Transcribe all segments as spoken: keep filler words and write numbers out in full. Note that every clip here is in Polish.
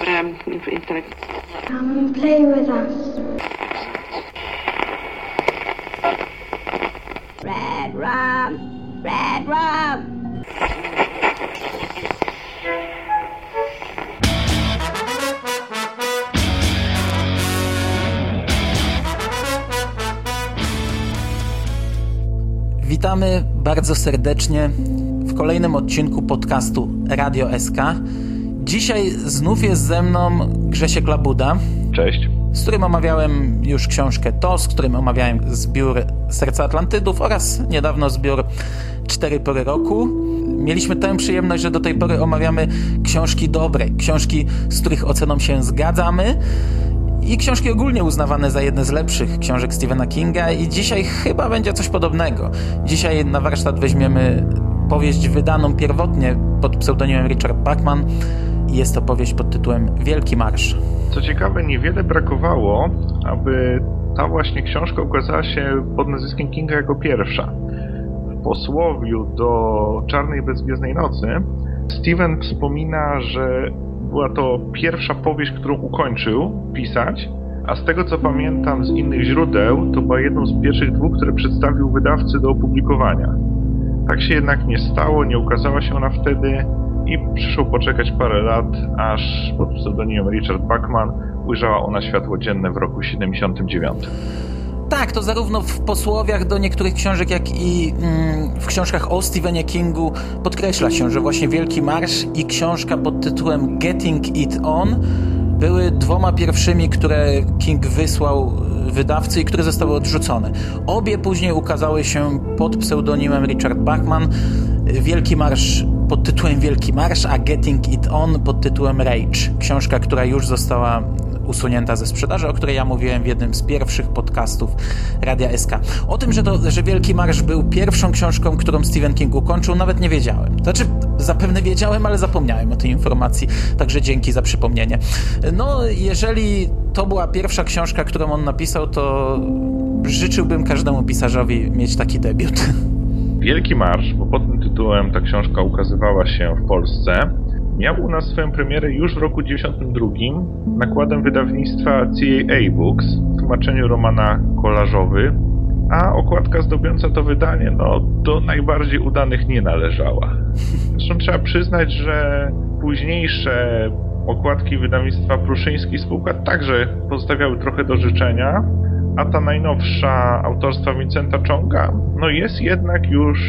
um, internet. Come and play with us. Red rum, red rum. Witamy bardzo serdecznie w kolejnym odcinku podcastu Radio S K. Dzisiaj znów jest ze mną Grzesiek Labuda. Cześć. Z którym omawiałem już książkę T O S, z którym omawiałem zbiór Serca Atlantydów oraz niedawno zbiór Cztery pory roku. Mieliśmy tę przyjemność, że do tej pory omawiamy książki dobre, książki, z których oceną się zgadzamy i książki ogólnie uznawane za jedne z lepszych książek Stephena Kinga i dzisiaj chyba będzie coś podobnego. Dzisiaj na warsztat weźmiemy powieść wydaną pierwotnie pod pseudonimem Richard Bachman. Jest to powieść pod tytułem Wielki Marsz. Co ciekawe, niewiele brakowało, aby ta właśnie książka ukazała się pod nazwiskiem Kinga jako pierwsza. W posłowiu do Czarnej Bezgwiezdnej Nocy Stephen wspomina, że była to pierwsza powieść, którą ukończył pisać, a z tego co pamiętam z innych źródeł, to była jedną z pierwszych dwóch, które przedstawił wydawcy do opublikowania. Tak się jednak nie stało, nie ukazała się ona wtedy i przyszło poczekać parę lat, aż pod pseudonimem Richard Bachman ujrzała ona światło dzienne w roku siedemdziesiątym dziewiątym. Tak, to zarówno w posłowiach do niektórych książek, jak i mm, w książkach o Stephenie Kingu podkreśla się, że właśnie Wielki Marsz i książka pod tytułem Getting It On były dwoma pierwszymi, które King wysłał wydawcy i które zostały odrzucone. Obie później ukazały się pod pseudonimem Richard Bachman. Wielki Marsz pod tytułem Wielki Marsz, a Getting It On pod tytułem Rage. Książka, która już została usunięta ze sprzedaży, o której ja mówiłem w jednym z pierwszych podcastów Radia S K. O tym, że, to, że Wielki Marsz był pierwszą książką, którą Stephen King ukończył, nawet nie wiedziałem. Znaczy, zapewne wiedziałem, ale zapomniałem o tej informacji, także dzięki za przypomnienie. No, jeżeli to była pierwsza książka, którą on napisał, to życzyłbym każdemu pisarzowi mieć taki debiut. Wielki Marsz, bo pod tym tytułem ta książka ukazywała się w Polsce, miał u nas swoją premierę już w roku dziewięćdziesiątym drugim nakładem wydawnictwa C A A Books w tłumaczeniu Romana Kolarzowy, a okładka zdobiąca to wydanie no, do najbardziej udanych nie należała. Zresztą trzeba przyznać, że późniejsze okładki wydawnictwa Pruszyński spółka także pozostawiały trochę do życzenia, a ta najnowsza autorstwa Vincenta Chonga no jest jednak już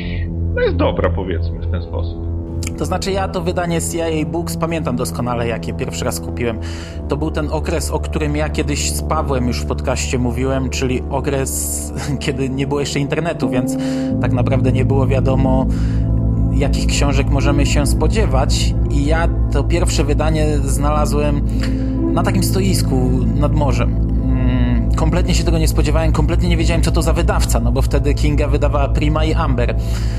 no jest dobra, powiedzmy w ten sposób. To znaczy ja to wydanie C A A Books pamiętam doskonale, jakie pierwszy raz kupiłem. To był ten okres, o którym ja kiedyś z Pawłem już w podcaście mówiłem, czyli okres, kiedy nie było jeszcze internetu, więc tak naprawdę nie było wiadomo, jakich książek możemy się spodziewać. I ja to pierwsze wydanie znalazłem na takim stoisku nad morzem. Kompletnie się tego nie spodziewałem, kompletnie nie wiedziałem, co to za wydawca, no bo wtedy Kinga wydawała Prima i Amber.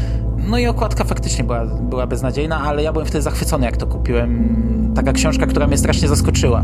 No i okładka faktycznie była, była beznadziejna, ale ja byłem wtedy zachwycony, jak to kupiłem. Taka książka, która mnie strasznie zaskoczyła.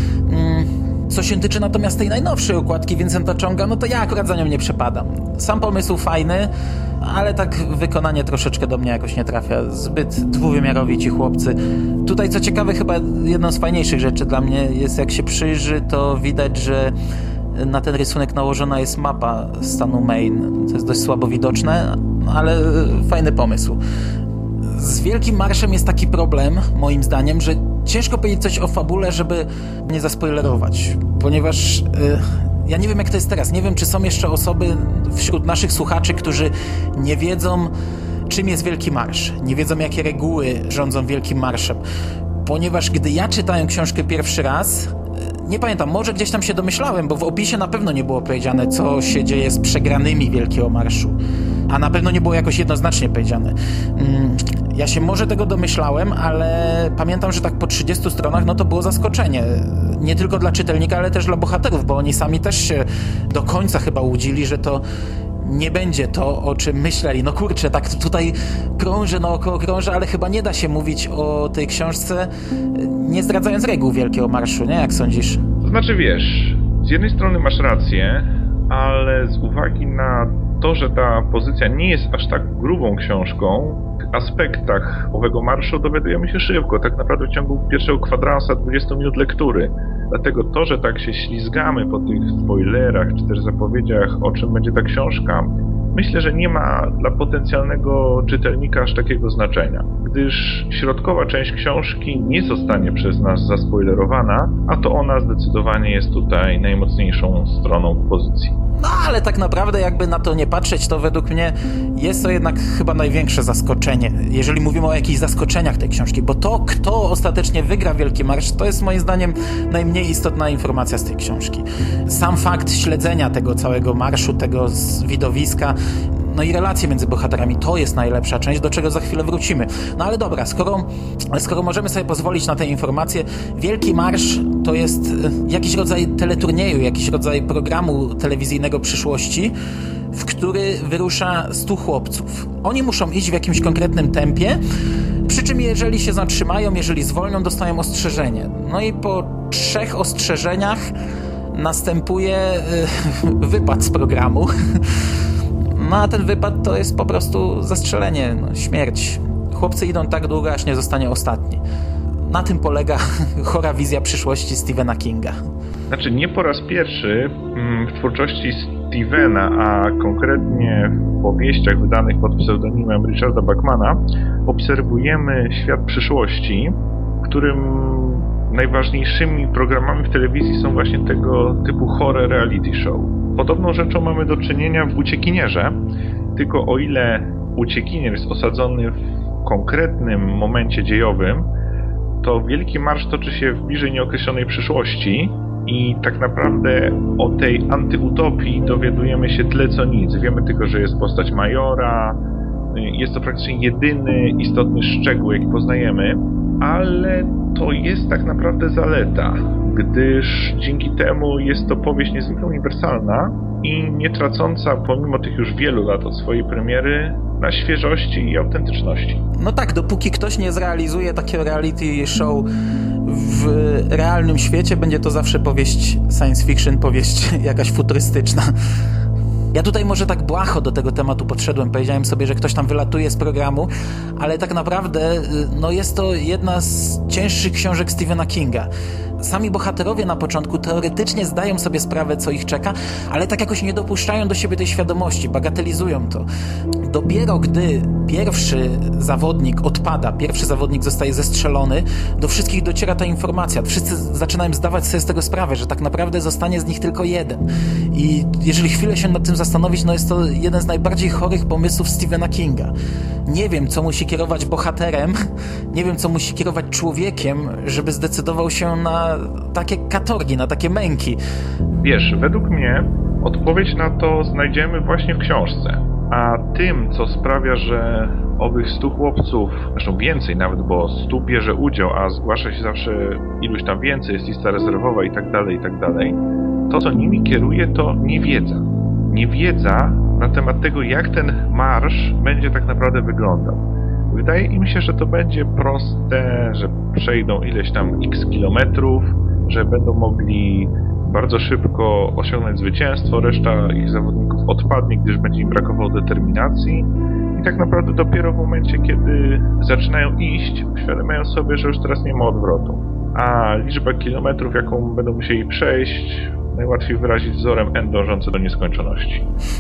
Co się tyczy natomiast tej najnowszej okładki Vincenta Chonga, no to ja akurat za nią nie przepadam. Sam pomysł fajny, ale tak wykonanie troszeczkę do mnie jakoś nie trafia. Zbyt dwuwymiarowi ci chłopcy. Tutaj co ciekawe, chyba jedną z fajniejszych rzeczy dla mnie jest, jak się przyjrzy, to widać, że na ten rysunek nałożona jest mapa stanu Maine. To jest dość słabo widoczne, ale fajny pomysł. Z Wielkim Marszem jest taki problem, moim zdaniem, że ciężko powiedzieć coś o fabule, żeby nie zaspoilerować, ponieważ yy, ja nie wiem, jak to jest teraz. Nie wiem, czy są jeszcze osoby wśród naszych słuchaczy, którzy nie wiedzą, czym jest Wielki Marsz. Nie wiedzą, jakie reguły rządzą Wielkim Marszem. Ponieważ gdy ja czytałem książkę pierwszy raz, nie pamiętam, może gdzieś tam się domyślałem, bo w opisie na pewno nie było powiedziane, co się dzieje z przegranymi Wielkiego Marszu. A na pewno nie było jakoś jednoznacznie powiedziane. Ja się może tego domyślałem, ale pamiętam, że tak po trzydziestu stronach, no to było zaskoczenie. Nie tylko dla czytelnika, ale też dla bohaterów, bo oni sami też się do końca chyba łudzili, że to nie będzie to, o czym myśleli. No kurczę, tak tutaj krążę naokoło krążę, ale chyba nie da się mówić o tej książce, nie zdradzając reguł Wielkiego Marszu, nie? Jak sądzisz? To znaczy, wiesz, z jednej strony masz rację, ale z uwagi na to, że ta pozycja nie jest aż tak grubą książką, aspektach owego marszu dowiadujemy się szybko, tak naprawdę w ciągu pierwszego kwadransa dwudziestu minut lektury. Dlatego to, że tak się ślizgamy po tych spoilerach, czy też zapowiedziach, o czym będzie ta książka, myślę, że nie ma dla potencjalnego czytelnika aż takiego znaczenia, gdyż środkowa część książki nie zostanie przez nas zaspoilerowana, a to ona zdecydowanie jest tutaj najmocniejszą stroną pozycji. No ale tak naprawdę jakby na to nie patrzeć, to według mnie jest to jednak chyba największe zaskoczenie, jeżeli mówimy o jakichś zaskoczeniach tej książki, bo to, kto ostatecznie wygra Wielki Marsz, to jest moim zdaniem najmniej istotna informacja z tej książki. Sam fakt śledzenia tego całego marszu, tego widowiska, no i relacje między bohaterami, to jest najlepsza część, do czego za chwilę wrócimy. No ale dobra, skoro, skoro możemy sobie pozwolić na tę informację, Wielki Marsz to jest jakiś rodzaj teleturnieju, jakiś rodzaj programu telewizyjnego przyszłości, w który wyrusza stu chłopców. Oni muszą iść w jakimś konkretnym tempie, przy czym jeżeli się zatrzymają, jeżeli zwolnią, dostają ostrzeżenie. No i po trzech ostrzeżeniach następuje wypad z programu. No a ten wypad to jest po prostu zastrzelenie, no, śmierć. Chłopcy idą tak długo, aż nie zostanie ostatni. Na tym polega chora wizja przyszłości Stephena Kinga. Znaczy nie po raz pierwszy w twórczości Stephena, a konkretnie w powieściach wydanych pod pseudonimem Richarda Bachmana, obserwujemy świat przyszłości, w którym najważniejszymi programami w telewizji są właśnie tego typu chore reality show. Podobną rzeczą mamy do czynienia w Uciekinierze, tylko o ile uciekinier jest osadzony w konkretnym momencie dziejowym, to Wielki Marsz toczy się w bliżej nieokreślonej przyszłości i tak naprawdę o tej antyutopii dowiadujemy się tyle co nic. Wiemy tylko, że jest postać majora, jest to praktycznie jedyny istotny szczegół, jaki poznajemy, ale to jest tak naprawdę zaleta, gdyż dzięki temu jest to powieść niezwykle uniwersalna i nie tracąca pomimo tych już wielu lat od swojej premiery na świeżości i autentyczności. No tak, dopóki ktoś nie zrealizuje takiego reality show w realnym świecie, będzie to zawsze powieść science fiction, powieść jakaś futurystyczna. Ja tutaj może tak błaho do tego tematu podszedłem, powiedziałem sobie, że ktoś tam wylatuje z programu, ale tak naprawdę no jest to jedna z cięższych książek Stephena Kinga. Sami bohaterowie na początku teoretycznie zdają sobie sprawę, co ich czeka, ale tak jakoś nie dopuszczają do siebie tej świadomości, bagatelizują to. Dopiero gdy pierwszy zawodnik odpada, pierwszy zawodnik zostaje zestrzelony, do wszystkich dociera ta informacja. Wszyscy zaczynają zdawać sobie z tego sprawę, że tak naprawdę zostanie z nich tylko jeden. I jeżeli chwilę się nad tym zastanowić, no jest to jeden z najbardziej chorych pomysłów Stephena Kinga. Nie wiem, co musi kierować bohaterem, nie wiem, co musi kierować człowiekiem, żeby zdecydował się na takie katorgi, na takie męki. Wiesz, według mnie odpowiedź na to znajdziemy właśnie w książce. A tym, co sprawia, że owych stu chłopców, zresztą więcej nawet, bo stu bierze udział, a zgłasza się zawsze iluś tam więcej, jest lista rezerwowa i tak dalej, i tak dalej, to, co nimi kieruje, to niewiedza. Niewiedza na temat tego, jak ten marsz będzie tak naprawdę wyglądał. Wydaje im się, że to będzie proste, że przejdą ileś tam x kilometrów, że będą mogli bardzo szybko osiągnąć zwycięstwo, reszta ich zawodników odpadnie, gdyż będzie im brakowało determinacji i tak naprawdę dopiero w momencie, kiedy zaczynają iść, uświadamiają sobie, że już teraz nie ma odwrotu. A liczba kilometrów, jaką będą musieli przejść, najłatwiej wyrazić wzorem N dążący do nieskończoności.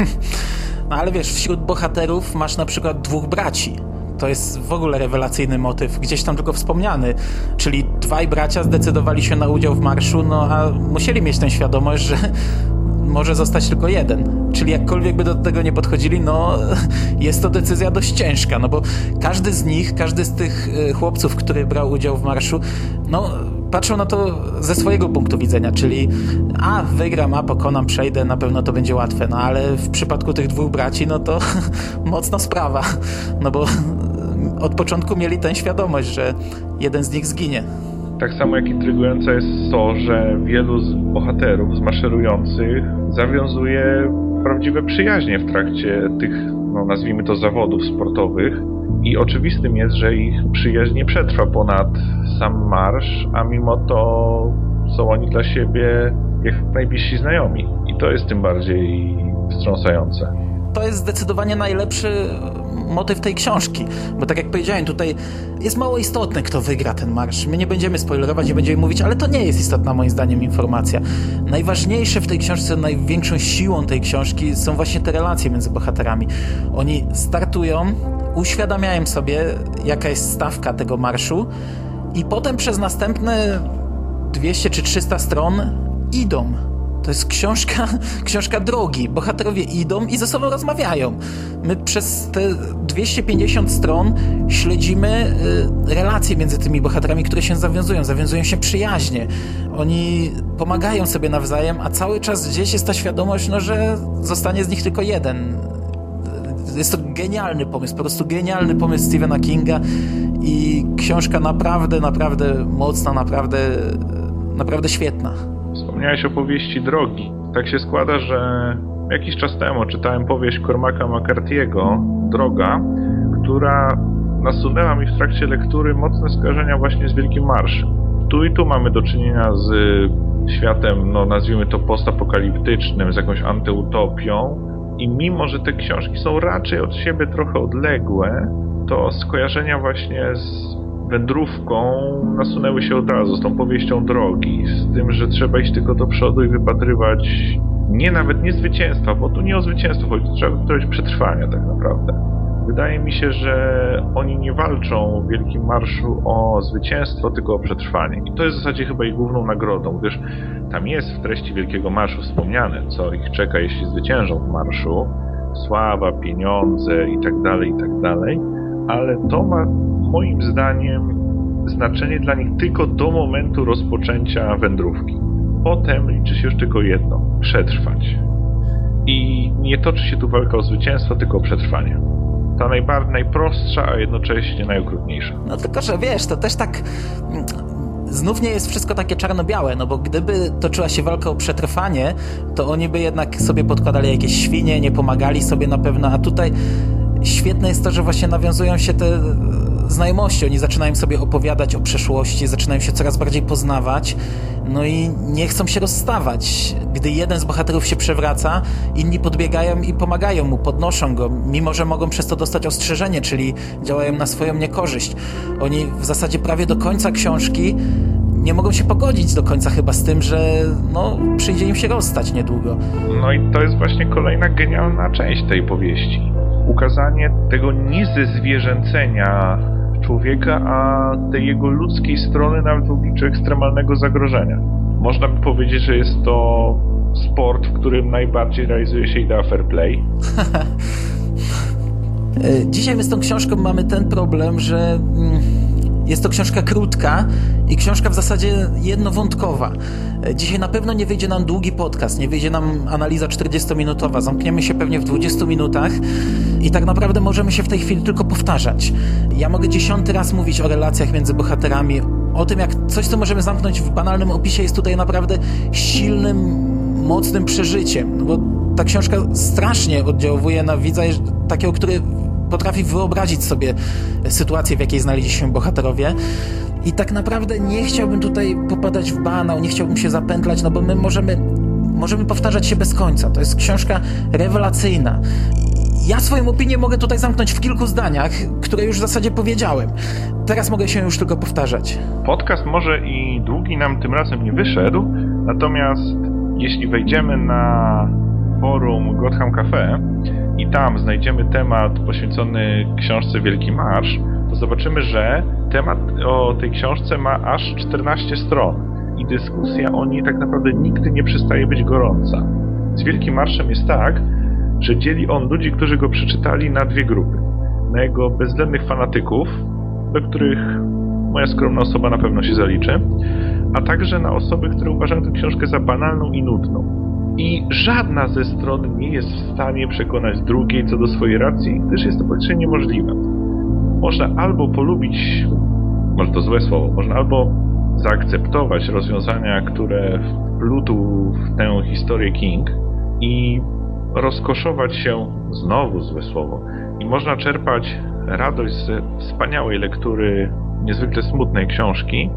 No ale wiesz, wśród bohaterów masz na przykład dwóch braci. To jest w ogóle rewelacyjny motyw, gdzieś tam tylko wspomniany. Czyli dwaj bracia zdecydowali się na udział w marszu, no a musieli mieć tę świadomość, że może zostać tylko jeden. Czyli jakkolwiek by do tego nie podchodzili, no jest to decyzja dość ciężka, no bo każdy z nich, każdy z tych chłopców, który brał udział w marszu, no patrzą na to ze swojego punktu widzenia, czyli a, wygram, a, pokonam, przejdę, na pewno to będzie łatwe, no ale w przypadku tych dwóch braci, no to mocna sprawa, no bo od początku mieli tę świadomość, że jeden z nich zginie. Tak samo jak intrygujące jest to, że wielu z bohaterów, z maszerujących, zawiązuje prawdziwe przyjaźnie w trakcie tych, no nazwijmy to, zawodów sportowych i oczywistym jest, że ich przyjaźń nie przetrwa ponad sam marsz, a mimo to są oni dla siebie jak najbliżsi znajomi i to jest tym bardziej wstrząsające. to jest zdecydowanie najlepszy motyw tej książki, bo tak jak powiedziałem, tutaj jest mało istotne, kto wygra ten marsz. My nie będziemy spoilerować, nie będziemy mówić, ale to nie jest istotna moim zdaniem informacja. Najważniejsze w tej książce, największą siłą tej książki są właśnie te relacje między bohaterami. Oni startują, uświadamiają sobie, jaka jest stawka tego marszu i potem przez następne dwieście czy trzysta stron idą. To jest książka, książka drogi. Bohaterowie idą i ze sobą rozmawiają. My przez te dwieście pięćdziesiąt stron śledzimy y, relacje między tymi bohaterami, które się zawiązują. Zawiązują się przyjaźnie. Oni pomagają sobie nawzajem, a cały czas gdzieś jest ta świadomość, no, że zostanie z nich tylko jeden. Jest to genialny pomysł, po prostu genialny pomysł Stephena Kinga i książka naprawdę, naprawdę mocna, naprawdę, naprawdę świetna. Wspomniałeś o powieści Drogi. Tak się składa, że jakiś czas temu czytałem powieść Cormaca McCarthy'ego Droga, która nasunęła mi w trakcie lektury mocne skojarzenia właśnie z Wielkim Marszem. Tu i tu mamy do czynienia z światem, no nazwijmy to postapokaliptycznym, z jakąś antyutopią i mimo, że te książki są raczej od siebie trochę odległe, to skojarzenia właśnie z wędrówką nasunęły się od razu z tą powieścią Drogi, z tym, że trzeba iść tylko do przodu i wypatrywać nie nawet nie zwycięstwa, bo tu nie o zwycięstwo chodzi, trzeba wypatrywać przetrwania tak naprawdę. Wydaje mi się, że oni nie walczą w Wielkim Marszu o zwycięstwo, tylko o przetrwanie. I to jest w zasadzie chyba ich główną nagrodą, gdyż tam jest w treści Wielkiego Marszu wspomniane, co ich czeka, jeśli zwyciężą w marszu. Sława, pieniądze i tak dalej, i tak dalej. Ale to ma moim zdaniem znaczenie dla nich tylko do momentu rozpoczęcia wędrówki. Potem liczy się już tylko jedno – przetrwać. I nie toczy się tu walka o zwycięstwo, tylko o przetrwanie. Ta najbardziej najprostsza, a jednocześnie najokrutniejsza. No tylko, że wiesz, to też tak... Znów nie jest wszystko takie czarno-białe, no bo gdyby toczyła się walka o przetrwanie, to oni by jednak sobie podkładali jakieś świnie, nie pomagali sobie na pewno, a tutaj świetne jest to, że właśnie nawiązują się te znajomości. Oni zaczynają sobie opowiadać o przeszłości, zaczynają się coraz bardziej poznawać, no i nie chcą się rozstawać. Gdy jeden z bohaterów się przewraca, inni podbiegają i pomagają mu, podnoszą go, mimo że mogą przez to dostać ostrzeżenie, czyli działają na swoją niekorzyść. Oni w zasadzie prawie do końca książki nie mogą się pogodzić do końca chyba z tym, że no, przyjdzie im się rozstać niedługo. No i to jest właśnie kolejna genialna część tej powieści. Ukazanie tego niezezwierzęcenia człowieka, a tej jego ludzkiej strony nawet w obliczu ekstremalnego zagrożenia. Można by powiedzieć, że jest to sport, w którym najbardziej realizuje się idea fair play. Dzisiaj my z tą książką mamy ten problem, że jest to książka krótka i książka w zasadzie jednowątkowa. Dzisiaj na pewno nie wyjdzie nam długi podcast, nie wyjdzie nam analiza czterdziestominutowa. Zamkniemy się pewnie w dwudziestu minutach i tak naprawdę możemy się w tej chwili tylko powtarzać. Ja mogę dziesiąty raz mówić o relacjach między bohaterami, o tym, jak coś, co możemy zamknąć w banalnym opisie, jest tutaj naprawdę silnym, mocnym przeżyciem. No bo ta książka strasznie oddziałuje na widza, takiego, który potrafi wyobrazić sobie sytuację, w jakiej znaleźli się bohaterowie. I tak naprawdę nie chciałbym tutaj popadać w banał, nie chciałbym się zapętlać, no bo my możemy, możemy powtarzać się bez końca. To jest książka rewelacyjna. Ja swoją opinię mogę tutaj zamknąć w kilku zdaniach, które już w zasadzie powiedziałem. Teraz mogę się już tylko powtarzać. Podcast może i długi nam tym razem nie wyszedł, natomiast jeśli wejdziemy na forum Gotham Cafe i tam znajdziemy temat poświęcony książce Wielki Marsz, to zobaczymy, że temat o tej książce ma aż czternaście stron i dyskusja o niej tak naprawdę nigdy nie przestaje być gorąca. Z Wielkim Marszem jest tak, że dzieli on ludzi, którzy go przeczytali, na dwie grupy. Na jego bezwzględnych fanatyków, do których moja skromna osoba na pewno się zaliczy, a także na osoby, które uważają tę książkę za banalną i nudną. I żadna ze stron nie jest w stanie przekonać drugiej co do swojej racji, gdyż jest to praktycznie niemożliwe. Można albo polubić, może to złe słowo, można albo zaakceptować rozwiązania, które wplótł w tę historię King i rozkoszować się, znowu złe słowo, i można czerpać radość ze wspaniałej lektury niezwykle smutnej książki,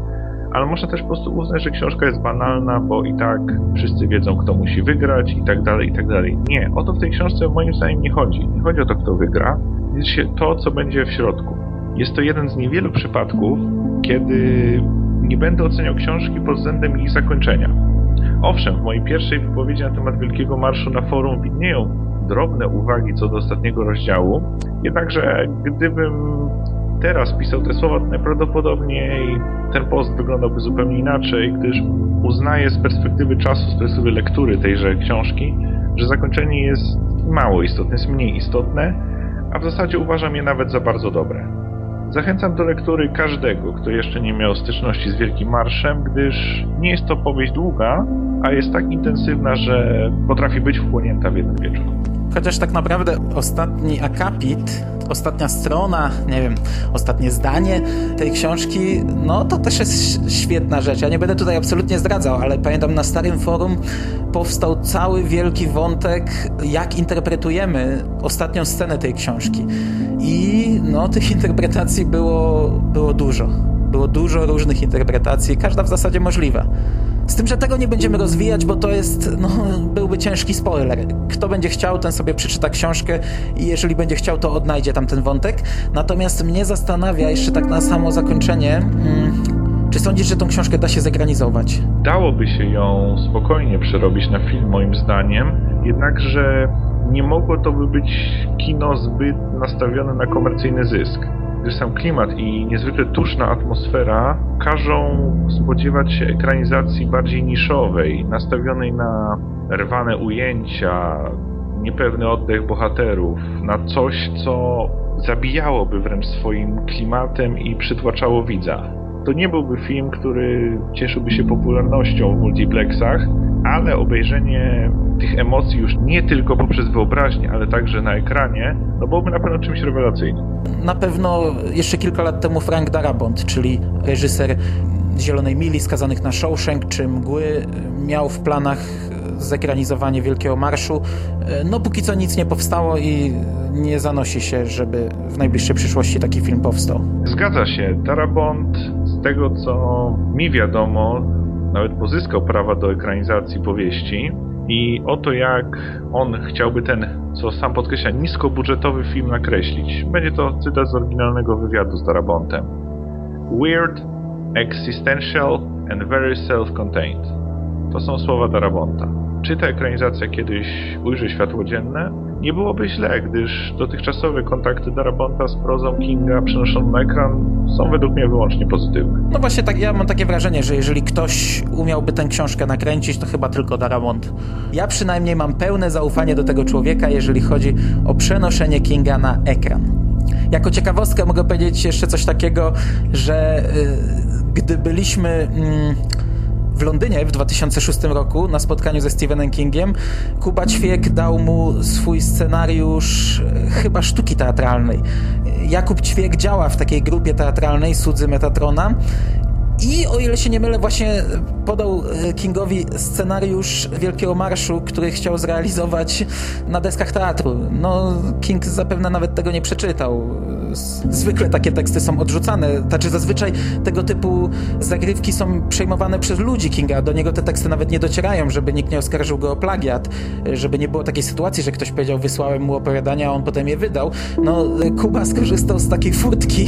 ale można też po prostu uznać, że książka jest banalna, bo i tak wszyscy wiedzą, kto musi wygrać i tak dalej, i tak dalej. Nie, o to w tej książce moim zdaniem nie chodzi. Nie chodzi o to, kto wygra, jest się to, co będzie w środku. Jest to jeden z niewielu przypadków, kiedy nie będę oceniał książki pod względem ich zakończenia. Owszem, w mojej pierwszej wypowiedzi na temat Wielkiego Marszu na forum widnieją drobne uwagi co do ostatniego rozdziału, jednakże gdybym teraz pisał te słowa, to najprawdopodobniej ten post wyglądałby zupełnie inaczej, gdyż uznaję z perspektywy czasu, z perspektywy lektury tejże książki, że zakończenie jest mało istotne, jest mniej istotne, a w zasadzie uważam je nawet za bardzo dobre. Zachęcam do lektury każdego, kto jeszcze nie miał styczności z Wielkim Marszem, gdyż nie jest to powieść długa, a jest tak intensywna, że potrafi być wchłonięta w jeden wieczór. Chociaż tak naprawdę ostatni akapit, ostatnia strona, nie wiem, ostatnie zdanie tej książki, no to też jest świetna rzecz. Ja nie będę tutaj absolutnie zdradzał, ale pamiętam na starym forum powstał cały wielki wątek, jak interpretujemy ostatnią scenę tej książki. I no tych interpretacji było, było dużo. Było dużo różnych interpretacji, każda w zasadzie możliwa. Z tym, że tego nie będziemy rozwijać, bo to jest, no, byłby ciężki spoiler. Kto będzie chciał, ten sobie przeczyta książkę i jeżeli będzie chciał, to odnajdzie tam ten wątek. Natomiast mnie zastanawia jeszcze tak na samo zakończenie, hmm, czy sądzisz, że tą książkę da się zekranizować? Dałoby się ją spokojnie przerobić na film, moim zdaniem, jednakże nie mogło to by być kino zbyt nastawione na komercyjny zysk. Gdyż sam klimat i niezwykle tuszna atmosfera każą spodziewać się ekranizacji bardziej niszowej, nastawionej na rwane ujęcia, niepewny oddech bohaterów, na coś, co zabijałoby wręcz swoim klimatem i przytłaczało widza. To nie byłby film, który cieszyłby się popularnością w multiplexach, ale obejrzenie tych emocji już nie tylko poprzez wyobraźnię, ale także na ekranie, no byłoby na pewno czymś rewelacyjnym. Na pewno jeszcze kilka lat temu Frank Darabont, czyli reżyser Zielonej Mili, Skazanych na Shawshank czy Mgły, miał w planach zekranizowanie Wielkiego Marszu. No póki co nic nie powstało i nie zanosi się, żeby w najbliższej przyszłości taki film powstał. Zgadza się. Darabont, z tego co mi wiadomo, nawet pozyskał prawa do ekranizacji powieści i oto jak on chciałby ten, co sam podkreśla, niskobudżetowy film nakreślić. Będzie to cytat z oryginalnego wywiadu z Darabontem. Weird, existential and very self-contained. To są słowa Darabonta. Czy ta ekranizacja kiedyś ujrzy światło dzienne? Nie byłoby źle, gdyż dotychczasowe kontakty Darabonta z prozą Kinga przenoszone na ekran są według mnie wyłącznie pozytywne. No właśnie, tak, ja mam takie wrażenie, że jeżeli ktoś umiałby tę książkę nakręcić, to chyba tylko Darabont. Ja przynajmniej mam pełne zaufanie do tego człowieka, jeżeli chodzi o przenoszenie Kinga na ekran. Jako ciekawostkę mogę powiedzieć jeszcze coś takiego, że yy, gdy byliśmy... Yy, w Londynie w dwa tysiące szóstym roku na spotkaniu ze Stephenem Kingiem Kuba Ćwiek dał mu swój scenariusz chyba sztuki teatralnej. Jakub Ćwiek działa w takiej grupie teatralnej Cudzy Metatrona i o ile się nie mylę, właśnie podał Kingowi scenariusz Wielkiego Marszu, który chciał zrealizować na deskach teatru. No, King zapewne nawet tego nie przeczytał. Zwykle takie teksty są odrzucane. Znaczy zazwyczaj tego typu zagrywki są przejmowane przez ludzi Kinga. Do niego te teksty nawet nie docierają, żeby nikt nie oskarżył go o plagiat. Żeby nie było takiej sytuacji, że ktoś powiedział, wysłałem mu opowiadania, a on potem je wydał. No, Kuba skorzystał z takiej furtki,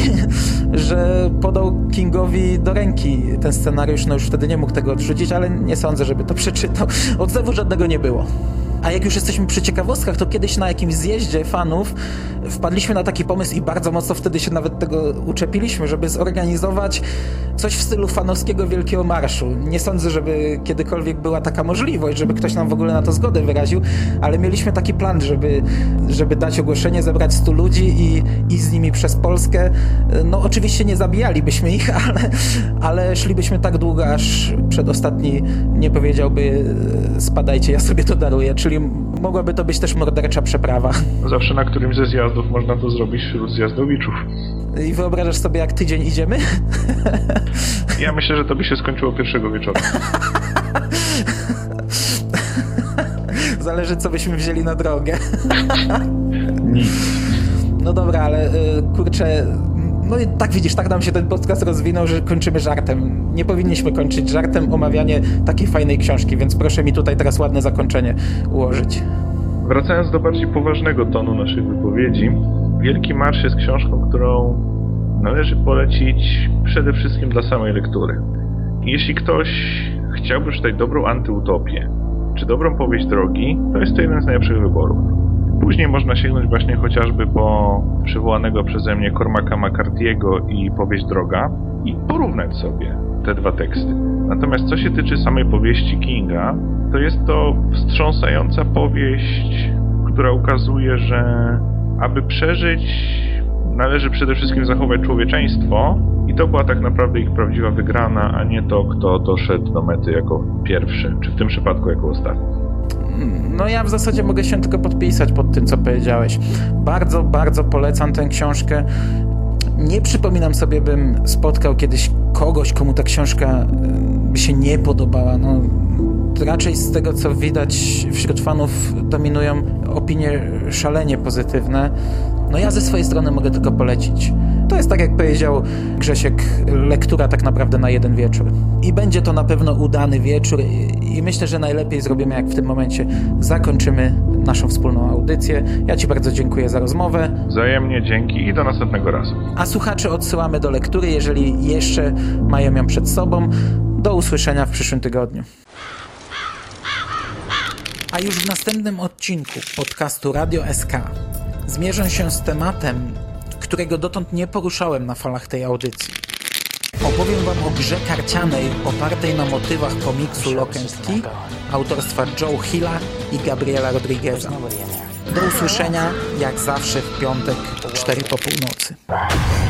że podał Kingowi do ręki ten scenariusz. No już wtedy nie mógł tego odrzucić, ale nie sądzę, żeby to przeczytał. Odzewu żadnego nie było. A jak już jesteśmy przy ciekawostkach, to kiedyś na jakimś zjeździe fanów wpadliśmy na taki pomysł i bardzo mocno wtedy się nawet tego uczepiliśmy, żeby zorganizować coś w stylu fanowskiego Wielkiego Marszu. Nie sądzę, żeby kiedykolwiek była taka możliwość, żeby ktoś nam w ogóle na to zgodę wyraził, ale mieliśmy taki plan, żeby, żeby dać ogłoszenie, zebrać stu ludzi i iść z nimi przez Polskę. No oczywiście nie zabijalibyśmy ich, ale, ale szlibyśmy tak długo, aż przedostatni nie powiedziałby spadajcie, ja sobie to daruję, czyli mogłaby to być też mordercza przeprawa. Zawsze na którymś ze zjazdów można to zrobić wśród zjazdowiczów. I wyobrażasz sobie, jak tydzień idziemy? Ja myślę, że to by się skończyło pierwszego wieczoru. Zależy, co byśmy wzięli na drogę. Nic. No dobra, ale kurczę, No i tak widzisz, tak nam się ten podcast rozwinął, że kończymy żartem. Nie powinniśmy kończyć żartem omawianie takiej fajnej książki, więc proszę mi tutaj teraz ładne zakończenie ułożyć. Wracając do bardziej poważnego tonu naszej wypowiedzi, Wielki Marsz jest książką, którą należy polecić przede wszystkim dla samej lektury. Jeśli ktoś chciałby czytać dobrą antyutopię, czy dobrą powieść drogi, to jest to jeden z najlepszych wyborów. Później można sięgnąć właśnie chociażby po przywołanego przeze mnie Cormaca McCarthy'ego i Powieść Droga i porównać sobie te dwa teksty. Natomiast co się tyczy samej powieści Kinga, to jest to wstrząsająca powieść, która ukazuje, że aby przeżyć, należy przede wszystkim zachować człowieczeństwo i to była tak naprawdę ich prawdziwa wygrana, a nie to, kto doszedł do mety jako pierwszy, czy w tym przypadku jako ostatni. No ja w zasadzie mogę się tylko podpisać pod tym, co powiedziałeś. Bardzo, bardzo polecam tę książkę. Nie przypominam sobie, bym spotkał kiedyś kogoś, komu ta książka by się nie podobała. No, raczej z tego, co widać wśród fanów, dominują opinie szalenie pozytywne. No ja ze swojej strony mogę tylko polecić. To jest, tak jak powiedział Grzesiek, lektura tak naprawdę na jeden wieczór. I będzie to na pewno udany wieczór i myślę, że najlepiej zrobimy, jak w tym momencie zakończymy naszą wspólną audycję. Ja Ci bardzo dziękuję za rozmowę. Wzajemnie dzięki i do następnego razu. A słuchaczy odsyłamy do lektury, jeżeli jeszcze mają ją przed sobą. Do usłyszenia w przyszłym tygodniu. A już w następnym odcinku podcastu Radio S K zmierzę się z tematem, którego dotąd nie poruszałem na falach tej audycji. Opowiem Wam o grze karcianej opartej na motywach komiksu Lock and Key autorstwa Joe Hilla i Gabriela Rodrigueza. Do usłyszenia, jak zawsze w piątek, cztery po północy.